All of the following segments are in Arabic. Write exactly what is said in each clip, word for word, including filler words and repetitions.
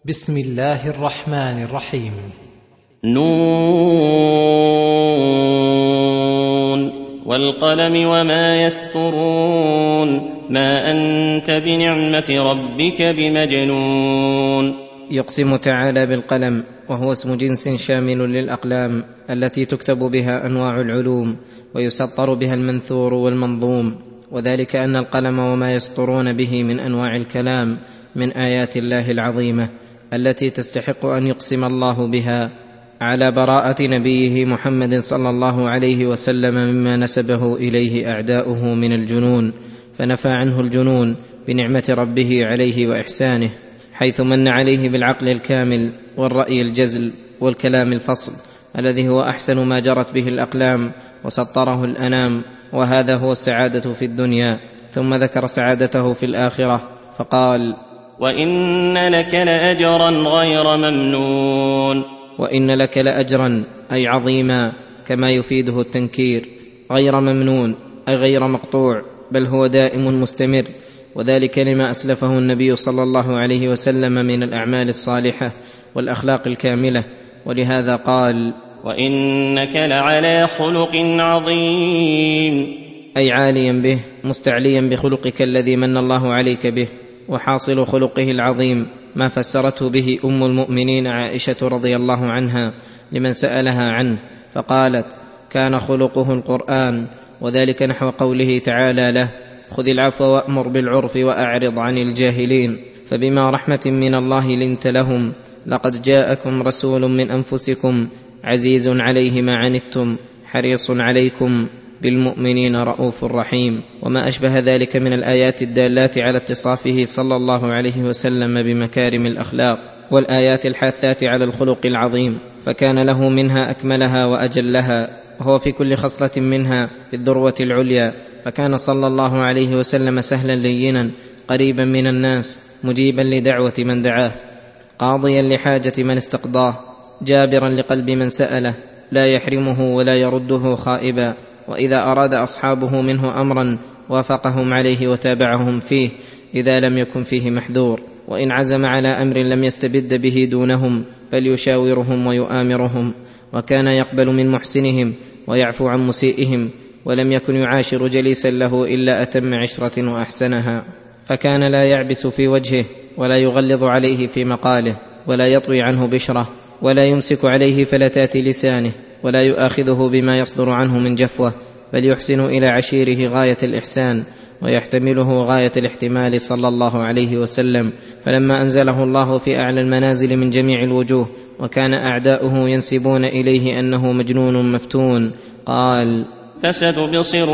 بسم الله الرحمن الرحيم. نون والقلم وما يسطرون ما أنت بنعمة ربك بمجنون. يقسم تعالى بالقلم، وهو اسم جنس شامل للأقلام التي تكتب بها أنواع العلوم ويسطر بها المنثور والمنظوم، وذلك أن القلم وما يسطرون به من أنواع الكلام من آيات الله العظيمة التي تستحق أن يقسم الله بها، على براءة نبيه محمد صلى الله عليه وسلم مما نسبه إليه أعداؤه من الجنون، فنفى عنه الجنون بنعمة ربه عليه وإحسانه، حيث من عليه بالعقل الكامل والرأي الجزل والكلام الفصل الذي هو أحسن ما جرت به الأقلام وسطره الأنام، وهذا هو السعادة في الدنيا. ثم ذكر سعادته في الآخرة فقال: وإن لك لأجرا غير ممنون. وإن لك لأجرا أي عظيما، كما يفيده التنكير، غير ممنون أي غير مقطوع، بل هو دائم مستمر، وذلك لما أسلفه النبي صلى الله عليه وسلم من الأعمال الصالحة والأخلاق الكاملة، ولهذا قال: وإنك لعلى خلق عظيم، أي عاليا به مستعليا بخلقك الذي من الله عليك به. وحاصل خلقه العظيم ما فسرته به أم المؤمنين عائشة رضي الله عنها لمن سألها عنه، فقالت: كان خلقه القرآن، وذلك نحو قوله تعالى له: خذ العفو وأمر بالعرف وأعرض عن الجاهلين. فبما رحمة من الله لنت لهم، لقد جاءكم رسول من أنفسكم عزيز عليه ما عنتم حريص عليكم بالمؤمنين رؤوف رحيم. وما أشبه ذلك من الآيات الدالات على اتصافه صلى الله عليه وسلم بمكارم الأخلاق، والآيات الحاثات على الخلق العظيم، فكان له منها أكملها وأجلها، وهو في كل خصلة منها في الذروة العليا. فكان صلى الله عليه وسلم سهلا لينا قريبا من الناس، مجيبا لدعوة من دعاه، قاضيا لحاجة من استقضاه، جابرا لقلب من سأله، لا يحرمه ولا يرده خائبا. وإذا أراد أصحابه منه أمرا وافقهم عليه وتابعهم فيه إذا لم يكن فيه محذور، وإن عزم على أمر لم يستبد به دونهم بل يشاورهم ويؤامرهم، وكان يقبل من محسنهم ويعفو عن مسيئهم، ولم يكن يعاشر جليسا له إلا أتم عشرة وأحسنها. فكان لا يعبس في وجهه ولا يغلظ عليه في مقاله ولا يطوي عنه بشره ولا يمسك عليه فلتات لسانه ولا يؤاخذه بما يصدر عنه من جفوه، بل يحسن إلى عشيره غاية الإحسان ويحتمله غاية الاحتمال صلى الله عليه وسلم. فلما أنزله الله في أعلى المنازل من جميع الوجوه وكان أعداؤه ينسبون إليه أنه مجنون مفتون، قال: فستبصر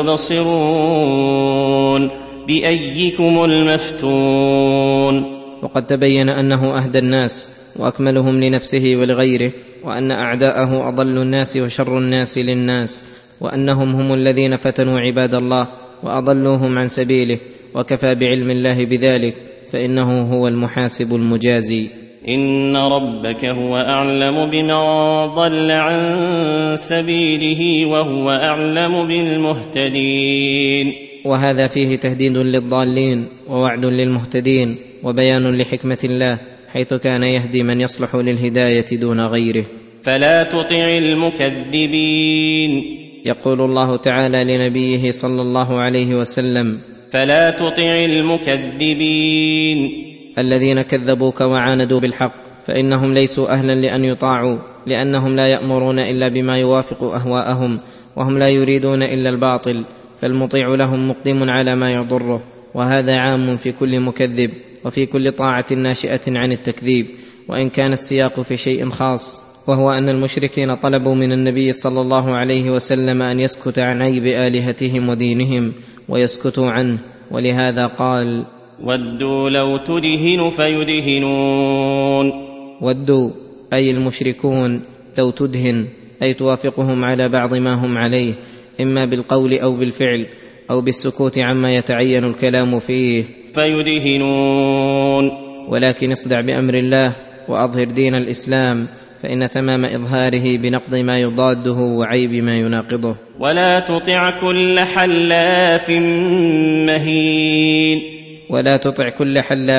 ويبصرون بأيكم المفتون. وقد تبين أنه أهدى الناس وأكملهم لنفسه ولغيره، وأن أعداءه أضل الناس وشر الناس للناس، وأنهم هم الذين فتنوا عباد الله وأضلوهم عن سبيله، وكفى بعلم الله بذلك، فإنه هو المحاسب المجازي. إن ربك هو أعلم بمن ضل عن سبيله وهو أعلم بالمهتدين. وهذا فيه تهديد للضالين ووعد للمهتدين وبيان لحكمة الله، حيث كان يهدي من يصلح للهداية دون غيره. فلا تطع المكذبين. يقول الله تعالى لنبيه صلى الله عليه وسلم: فلا تطع المكذبين الذين كذبوك وعاندوا بالحق، فإنهم ليسوا أهلا لأن يطاعوا، لأنهم لا يأمرون إلا بما يوافق أهواءهم، وهم لا يريدون إلا الباطل، فالمطيع لهم مقدم على ما يضره. وهذا عام في كل مكذب وفي كل طاعة ناشئة عن التكذيب، وإن كان السياق في شيء خاص، وهو أن المشركين طلبوا من النبي صلى الله عليه وسلم أن يسكت عن عيب آلهتهم ودينهم ويسكتوا عنه، ولهذا قال: ودوا لو تدهن فيدهنون. ودوا أي المشركون لو تدهن أي توافقهم على بعض ما هم عليه، إما بالقول أو بالفعل أو بالسكوت عما يتعين الكلام فيه، فيدهنون. ولكن اصدع بأمر الله وأظهر دين الإسلام، فإن تمام إظهاره بنقض ما يضاده وعيب ما يناقضه. ولا تطع كل حلاف مهين. ولا تطع كل حلاف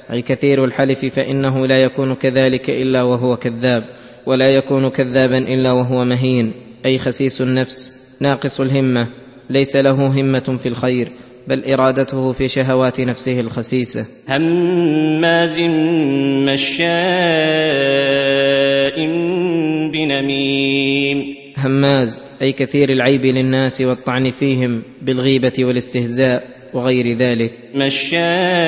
أي كثير الحلف، فإنه لا يكون كذلك إلا وهو كذاب، ولا يكون كذابا إلا وهو مهين، أي خسيس النفس ناقص الهمة، ليس له همة في الخير، بل إرادته في شهوات نفسه الخسيسة. هماز مشاء بنميم. هماز أي كثير العيب للناس والطعن فيهم بالغيبة والاستهزاء وغير ذلك. مشاء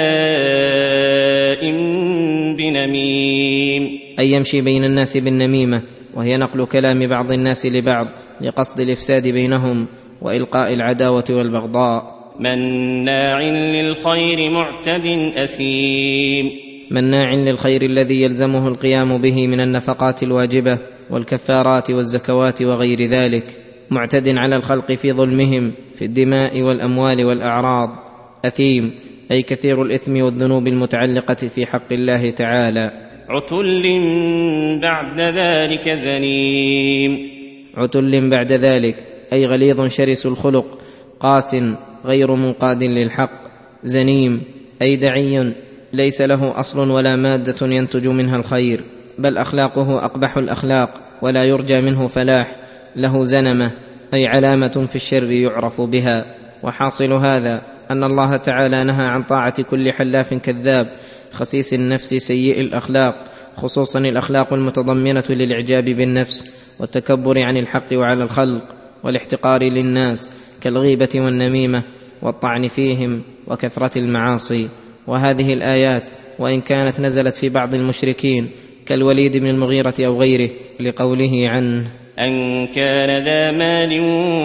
بنميم أي يمشي بين الناس بالنميمة، وهي نقل كلام بعض الناس لبعض لقصد الإفساد بينهم وإلقاء العداوة والبغضاء. مناع للخير معتد أثيم. مناع للخير الذي يلزمه القيام به من النفقات الواجبة والكفارات والزكوات وغير ذلك، معتد على الخلق في ظلمهم في الدماء والأموال والأعراض. أثيم أي كثير الإثم والذنوب المتعلقة في حق الله تعالى. عتل بعد ذلك زنيم. عتل بعد ذلك أي غليظ شرس الخلق، قاس غير منقاد للحق. زنيم أي دعي ليس له أصل ولا مادة ينتج منها الخير، بل أخلاقه أقبح الأخلاق ولا يرجى منه فلاح. له زنمة أي علامة في الشر يعرف بها. وحاصل هذا أن الله تعالى نهى عن طاعة كل حلاف كذاب خسيس النفس سيء الأخلاق، خصوصا الأخلاق المتضمنة للإعجاب بالنفس والتكبر عن الحق وعلى الخلق والاحتقار للناس، كالغيبة والنميمة والطعن فيهم وكثرة المعاصي. وهذه الآيات وإن كانت نزلت في بعض المشركين كالوليد بن المغيرة أو غيره، لقوله عنه: أن كان ذا مال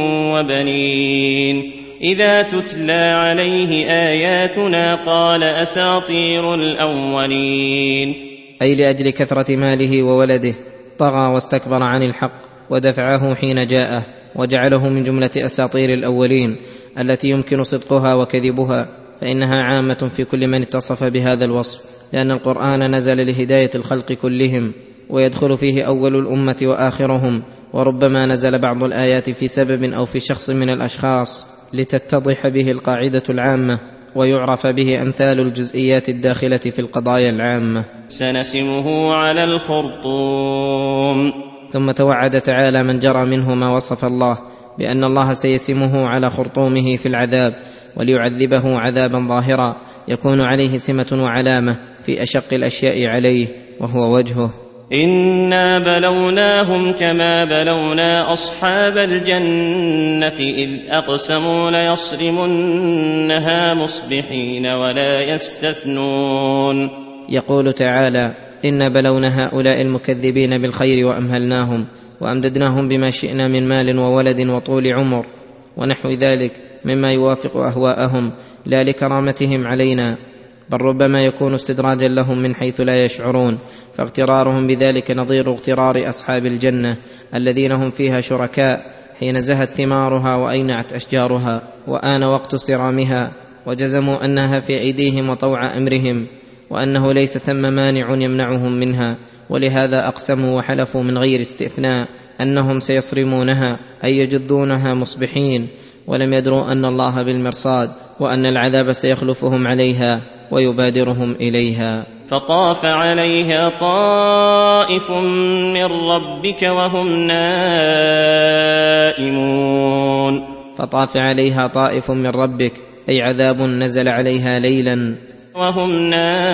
وبنين إذا تتلى عليه آياتنا قال أساطير الأولين. أي لأجل كثرة ماله وولده طغى واستكبر عن الحق ودفعه حين جاءه، وجعله من جملة أساطير الأولين التي يمكن صدقها وكذبها، فإنها عامة في كل من اتصف بهذا الوصف، لأن القرآن نزل لهداية الخلق كلهم، ويدخل فيه أول الأمة وآخرهم، وربما نزل بعض الآيات في سبب أو في شخص من الأشخاص لتتضح به القاعدة العامة ويعرف به أمثال الجزئيات الداخلة في القضايا العامة. سنسمه على الخرطوم. ثم توعد تعالى من جرى منه ما وصف الله بأن الله سيسمه على خرطومه في العذاب، وليعذبه عذابا ظاهرا يكون عليه سمة وعلامة في أشق الأشياء عليه، وهو وجهه: إنا بلوناهم كما بلونا أصحاب الجنة إذ أقسموا ليصرمنها مصبحين ولا يستثنون. يقول تعالى: إنا بلونا هؤلاء المكذبين بالخير وأمهلناهم وأمددناهم بما شئنا من مال وولد وطول عمر ونحو ذلك مما يوافق أهواءهم، لا لكرامتهم علينا، بل ربما يكون استدراجا لهم من حيث لا يشعرون، فاغترارهم بذلك نظير اغترار أصحاب الجنة الذين هم فيها شركاء حين زهت ثمارها وأينعت أشجارها وآن وقت صرامها، وجزموا أنها في أيديهم وطوع أمرهم، وأنه ليس ثم مانع يمنعهم منها، ولهذا أقسموا وحلفوا من غير استثناء أنهم سيصرمونها، أي يجذونها مصبحين، ولم يدروا أن الله بالمرصاد، وأن العذاب سيخلفهم عليها ويبادرهم إليها. فطاف عليها طائف من ربك وهم نائمون. فطاف عليها طائف من ربك أي عذاب نزل عليها ليلا وهم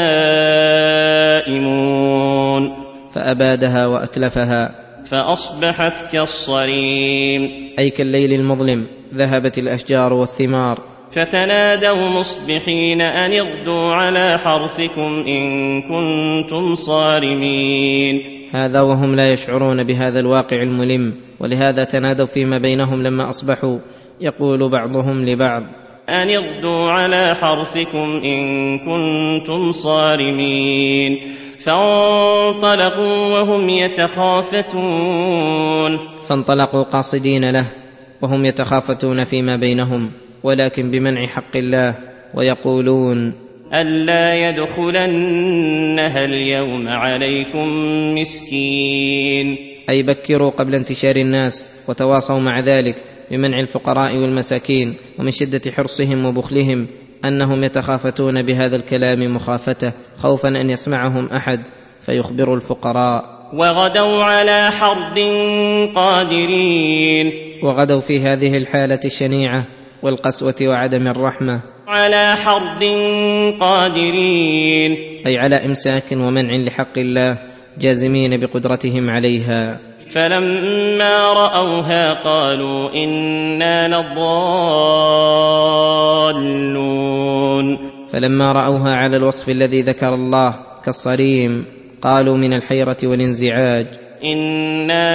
نائمون، فأبادها وأتلفها، فأصبحت كالصريم أي كالليل المظلم، ذهبت الأشجار والثمار. فتنادوا مصبحين أن اغدوا على حرثكم إن كنتم صارمين. هذا وهم لا يشعرون بهذا الواقع الملم، ولهذا تنادوا فيما بينهم لما أصبحوا، يقول بعضهم لبعض: أن اغدوا على حرثكم إن كنتم صارمين. فانطلقوا وهم يتخافتون. فانطلقوا قاصدين له وهم يتخافتون فيما بينهم، ولكن بمنع حق الله، ويقولون: ألا يدخلنها اليوم عليكم مسكين. أي بكروا قبل انتشار الناس، وتواصوا مع ذلك بمنع الفقراء والمساكين، ومن شدة حرصهم وبخلهم انهم يتخافتون بهذا الكلام مخافته، خوفا ان يسمعهم احد فيخبر الفقراء. وغدوا على حرد قادرين. وغدوا في هذه الحالة الشنيعة والقسوة وعدم الرحمة على حرد قادرين، أي على إمساك ومنع لحق الله، جازمين بقدرتهم عليها. فلما رأوها قالوا إنا لضالون. فلما رأوها على الوصف الذي ذكر الله كالصريم قالوا من الحيرة والانزعاج إنا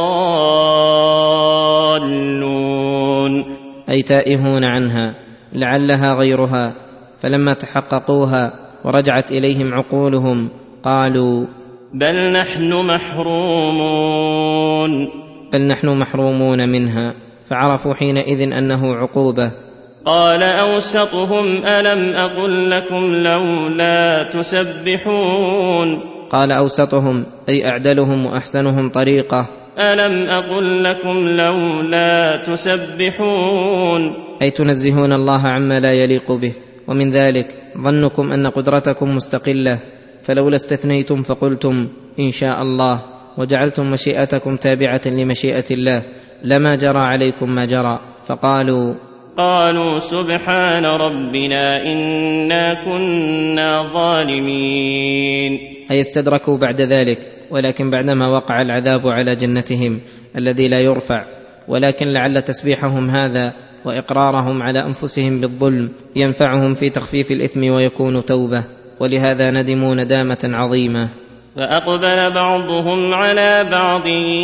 لضالون، أي تائهون عنها لعلها غيرها. فلما تحققوها ورجعت إليهم عقولهم قالوا بل نحن محرومون. بل نحن محرومون منها، فعرفوا حينئذ أنه عقوبة. قال أوسطهم ألم أقل لكم لولا تسبحون. قال أوسطهم أي أعدلهم وأحسنهم طريقة، ألم أقل لكم لولا تسبحون، أي تنزهون الله عما لا يليق به. ومن ذلك ظنكم أن قدرتكم مستقلة، فلولا استثنيتم فقلتم إن شاء الله وجعلتم مشيئتكم تابعة لمشيئة الله لما جرى عليكم ما جرى. فقالوا قالوا سبحان ربنا إنا كنا ظالمين، أي استدركوا بعد ذلك، ولكن بعدما وقع العذاب على جنتهم الذي لا يرفع. ولكن لعل تسبيحهم هذا وإقرارهم على أنفسهم بالظلم ينفعهم في تخفيف الإثم ويكون توبة، ولهذا ندموا ندامة عظيمة. فأقبل بعضهم على بعض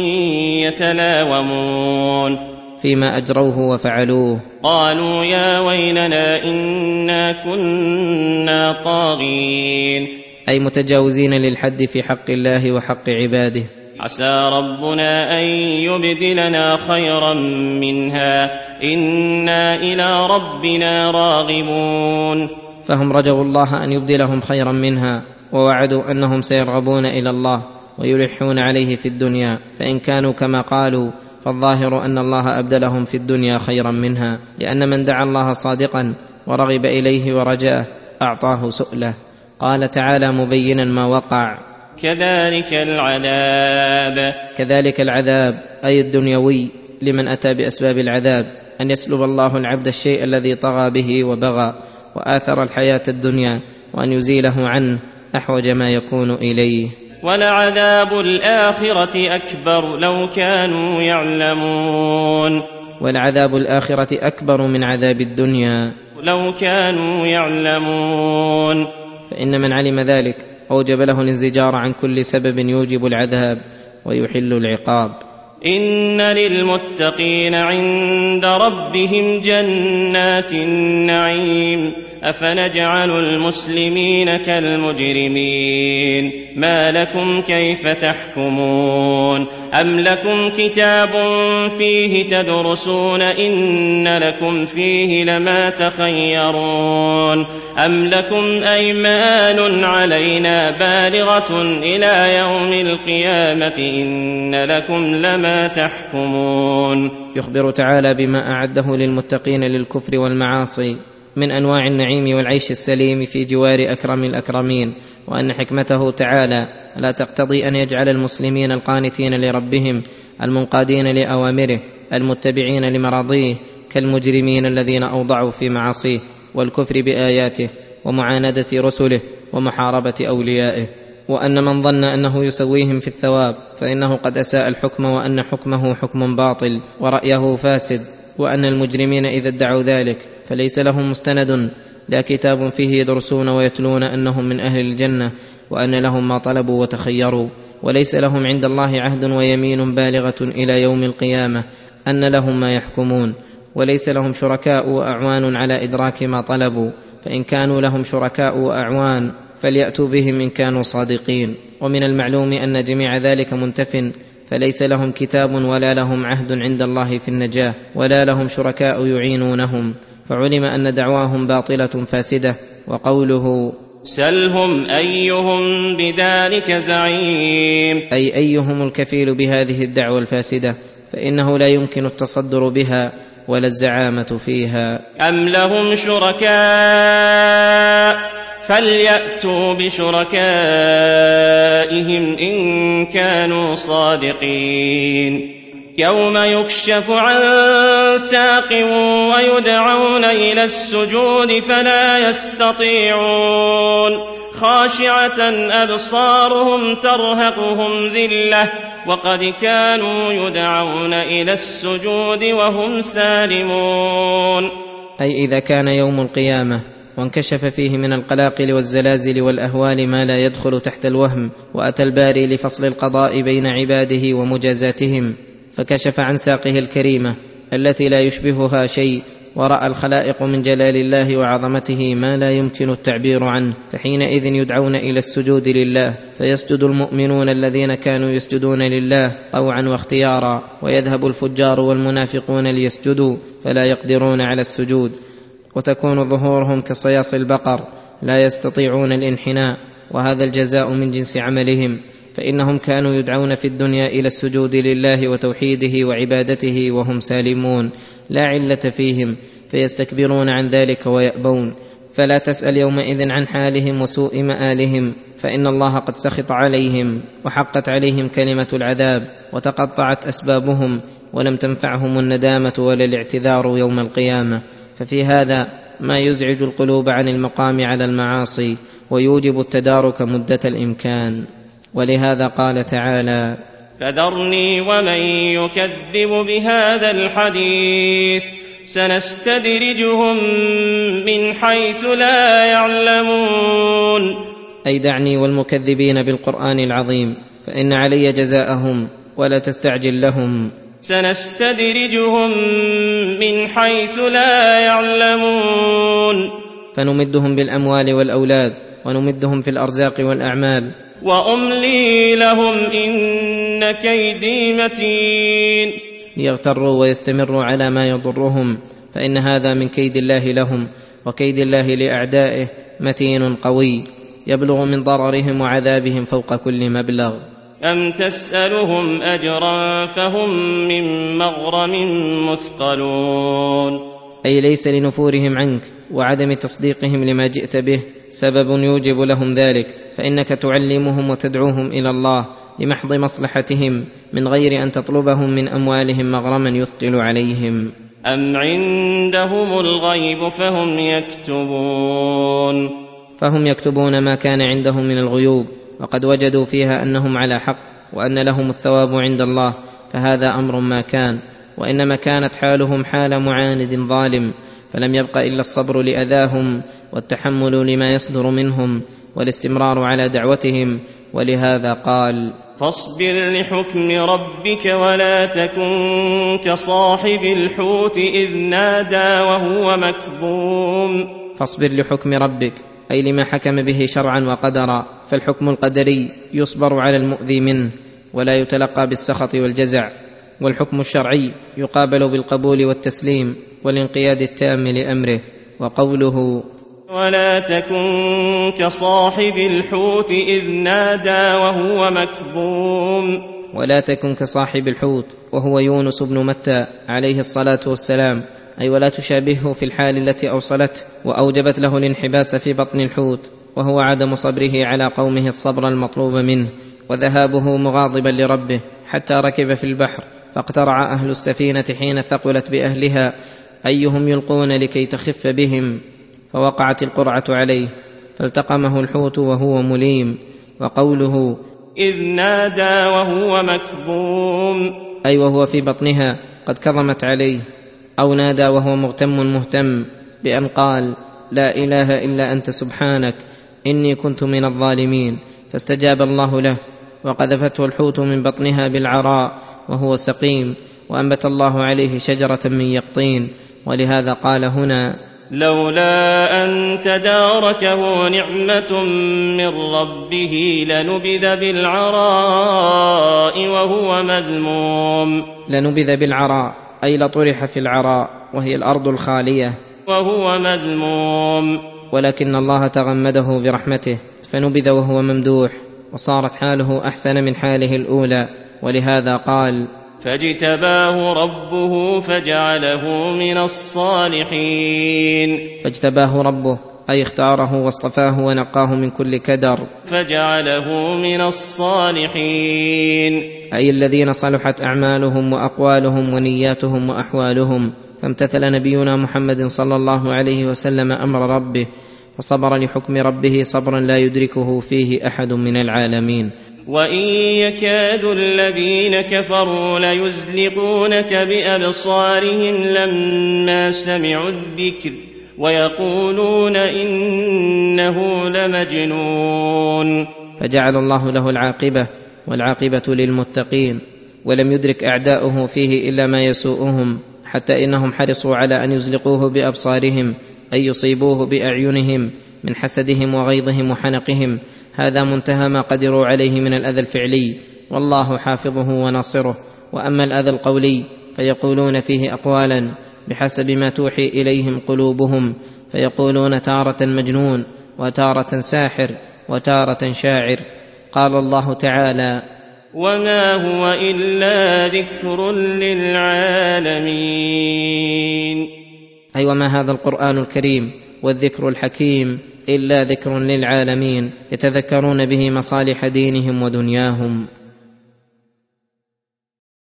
يتلاومون فيما أجروه وفعلوه. قالوا يا ويلنا إنا كنا طاغين، أي متجاوزين للحد في حق الله وحق عباده. عسى ربنا أن يبدلنا خيرا منها إنا إلى ربنا راغبون. فهم رجوا الله أن يبدلهم خيرا منها، ووعدوا أنهم سيرغبون إلى الله ويلحون عليه في الدنيا. فإن كانوا كما قالوا فالظاهر أن الله أبدلهم في الدنيا خيرا منها، لأن من دعا الله صادقا ورغب إليه ورجاه أعطاه سؤله. قال تعالى مبينا ما وقع كذلك العذاب. كذلك العذاب أي الدنيوي لمن أتى بأسباب العذاب، أن يسلب الله العبد الشيء الذي طغى به وبغى وآثر الحياة الدنيا، وأن يزيله عنه أحوج ما يكون إليه. ولعذاب الآخرة أكبر لو كانوا يعلمون. ولعذاب الآخرة أكبر من عذاب الدنيا لو كانوا يعلمون. فإن من علم ذلك أوجب له الانزجار عن كل سبب يوجب العذاب ويحل العقاب. إن للمتقين عند ربهم جنات النعيم أفنجعل المسلمين كالمجرمين ما لكم كيف تحكمون أم لكم كتاب فيه تدرسون إن لكم فيه لما تخيرون أم لكم أيمان علينا بالغة إلى يوم القيامة إن لكم لما تحكمون. يخبر تعالى بما أعده للمتقين للكفر والمعاصي من أنواع النعيم والعيش السليم في جوار أكرم الأكرمين، وأن حكمته تعالى لا تقتضي أن يجعل المسلمين القانتين لربهم المنقادين لأوامره المتبعين لمراضيه كالمجرمين الذين أوضعوا في معاصيه والكفر بآياته ومعاندة رسله ومحاربة أوليائه. وأن من ظن أنه يسويهم في الثواب فإنه قد أساء الحكم، وأن حكمه حكم باطل ورأيه فاسد، وأن المجرمين إذا ادعوا ذلك فليس لهم مستند لا كتاب فيه يدرسون ويتلون أنهم من أهل الجنة وأن لهم ما طلبوا وتخيروا، وليس لهم عند الله عهد ويمين بالغة إلى يوم القيامة أن لهم ما يحكمون، وليس لهم شركاء وأعوان على إدراك ما طلبوا، فإن كانوا لهم شركاء وأعوان فليأتوا بهم إن كانوا صادقين. ومن المعلوم أن جميع ذلك منتف، فليس لهم كتاب ولا لهم عهد عند الله في النجاة ولا لهم شركاء يعينونهم، فعلم أن دعواهم باطلة فاسدة. وقوله سلهم أيهم بذلك زعيم، أي أيهم الكفيل بهذه الدعوة الفاسدة، فإنه لا يمكن التصدر بها ولا الزعامة فيها. أم لهم شركاء فليأتوا بشركائهم إن كانوا صادقين يوم يكشف عن ساق ويدعون إلى السجود فلا يستطيعون خاشعة أبصارهم ترهقهم ذلة وقد كانوا يدعون إلى السجود وهم سالمون. أي إذا كان يوم القيامة وانكشف فيه من القلاقل والزلازل والأهوال ما لا يدخل تحت الوهم، وأتى الباري لفصل القضاء بين عباده ومجازاتهم فكشف عن ساقه الكريمة التي لا يشبهها شيء، ورأى الخلائق من جلال الله وعظمته ما لا يمكن التعبير عنه، فحينئذ يدعون إلى السجود لله فيسجد المؤمنون الذين كانوا يسجدون لله طوعا واختيارا، ويذهب الفجار والمنافقون ليسجدوا فلا يقدرون على السجود، وتكون ظهورهم كصياص البقر لا يستطيعون الانحناء، وهذا الجزاء من جنس عملهم، فإنهم كانوا يدعون في الدنيا إلى السجود لله وتوحيده وعبادته وهم سالمون لا علة فيهم، فيستكبرون عن ذلك ويأبون. فلا تسأل يومئذ عن حالهم وسوء مآلهم، فإن الله قد سخط عليهم وحقت عليهم كلمة العذاب وتقطعت أسبابهم، ولم تنفعهم الندامة ولا الاعتذار يوم القيامة. ففي هذا ما يزعج القلوب عن المقام على المعاصي ويوجب التدارك مدة الإمكان. ولهذا قال تعالى: فذرني ومن يكذب بهذا الحديث سنستدرجهم من حيث لا يعلمون. أي دعني والمكذبين بالقرآن العظيم، فإن علي جزاءهم ولا تستعجل لهم. سنستدرجهم من حيث لا يعلمون. فنمدهم بالأموال والأولاد، ونمدهم في الأرزاق والأعمال. وأملي لهم إن كيدي متين. ليغتروا ويستمروا على ما يضرهم، فإن هذا من كيد الله لهم، وكيد الله لأعدائه متين قوي يبلغ من ضررهم وعذابهم فوق كل مبلغ. أم تسألهم أجرا فهم من مغرم مثقلون. أي ليس لنفورهم عنك وعدم تصديقهم لما جئت به سبب يوجب لهم ذلك، فإنك تعلمهم وتدعوهم إلى الله لمحض مصلحتهم من غير أن تطلبهم من أموالهم مغرما يثقل عليهم. أم عندهم الغيب فهم يكتبون. فهم يكتبون ما كان عندهم من الغيوب، وقد وجدوا فيها أنهم على حق وأن لهم الثواب عند الله، فهذا أمر ما كان، وإنما كانت حالهم حال معاند ظالم، فلم يبق إلا الصبر لأذاهم والتحمل لما يصدر منهم والاستمرار على دعوتهم. ولهذا قال: فاصبر لحكم ربك ولا تكن كصاحب الحوت إذ نادى وهو مكظوم. فاصبر لحكم ربك أي لما حكم به شرعا وقدرا، فالحكم القدري يصبر على المؤذي منه ولا يتلقى بالسخط والجزع، والحكم الشرعي يقابل بالقبول والتسليم والانقياد التام لأمره. وقوله: ولا تكن كصاحب الحوت إذ نادى وهو مكظوم. ولا تكن كصاحب الحوت وهو يونس بن متى عليه الصلاة والسلام، أي ولا تشابهه في الحال التي أوصلته وأوجبت له الانحباس في بطن الحوت، وهو عدم صبره على قومه الصبر المطلوب منه، وذهابه مغاضبا لربه حتى ركب في البحر، فاقترع أهل السفينة حين ثقلت بأهلها أيهم يلقون لكي تخف بهم، فوقعت القرعة عليه فالتقمه الحوت وهو مليم. وقوله: إذ نادى وهو مكظوم، أي وهو في بطنها قد كظمت عليه، أو نادى وهو مغتم مهتم بأن قال: لا إله إلا أنت سبحانك إني كنت من الظالمين، فاستجاب الله له وقذفته الحوت من بطنها بالعراء وهو سقيم، وأنبت الله عليه شجرة من يقطين. ولهذا قال هنا: لولا أن تداركه نعمة من ربه لنبذ بالعراء وهو مذموم. لنبذ بالعراء أي لطرح في العراء وهي الأرض الخالية وهو مذموم، ولكن الله تغمده برحمته فنبذ وهو ممدوح، وصارت حاله أحسن من حاله الأولى. ولهذا قال: فاجتباه ربه فجعله من الصالحين فاجتباه ربه أي اختاره واصطفاه ونقاه من كل كدر، فجعله من الصالحين أي الذين صلحت أعمالهم وأقوالهم ونياتهم وأحوالهم، فامتثل نبينا محمد صلى الله عليه وسلم أمر ربه فصبر لحكم ربه صبرا لا يدركه فيه أحد من العالمين. وإن يكاد الذين كفروا ليزلقونك بأبصارهم لما سمعوا الذكر ويقولون إنه لمجنون. فجعل الله له العاقبة، والعاقبة للمتقين، ولم يدرك أعداؤه فيه إلا ما يسوءهم، حتى إنهم حرصوا على أن يزلقوه بأبصارهم أي يصيبوه بأعينهم من حسدهم وغيظهم وحنقهم. هذا منتهى ما قدروا عليه من الأذى الفعلي، والله حافظه وناصره. وأما الأذى القولي فيقولون فيه أقوالا بحسب ما توحي إليهم قلوبهم، فيقولون تارة مجنون وتارة ساحر وتارة شاعر. قال الله تعالى: وما هو إلا ذكر للعالمين. أي وما هذا القرآن الكريم والذكر الحكيم إلا ذكر للعالمين يتذكرون به مصالح دينهم ودنياهم.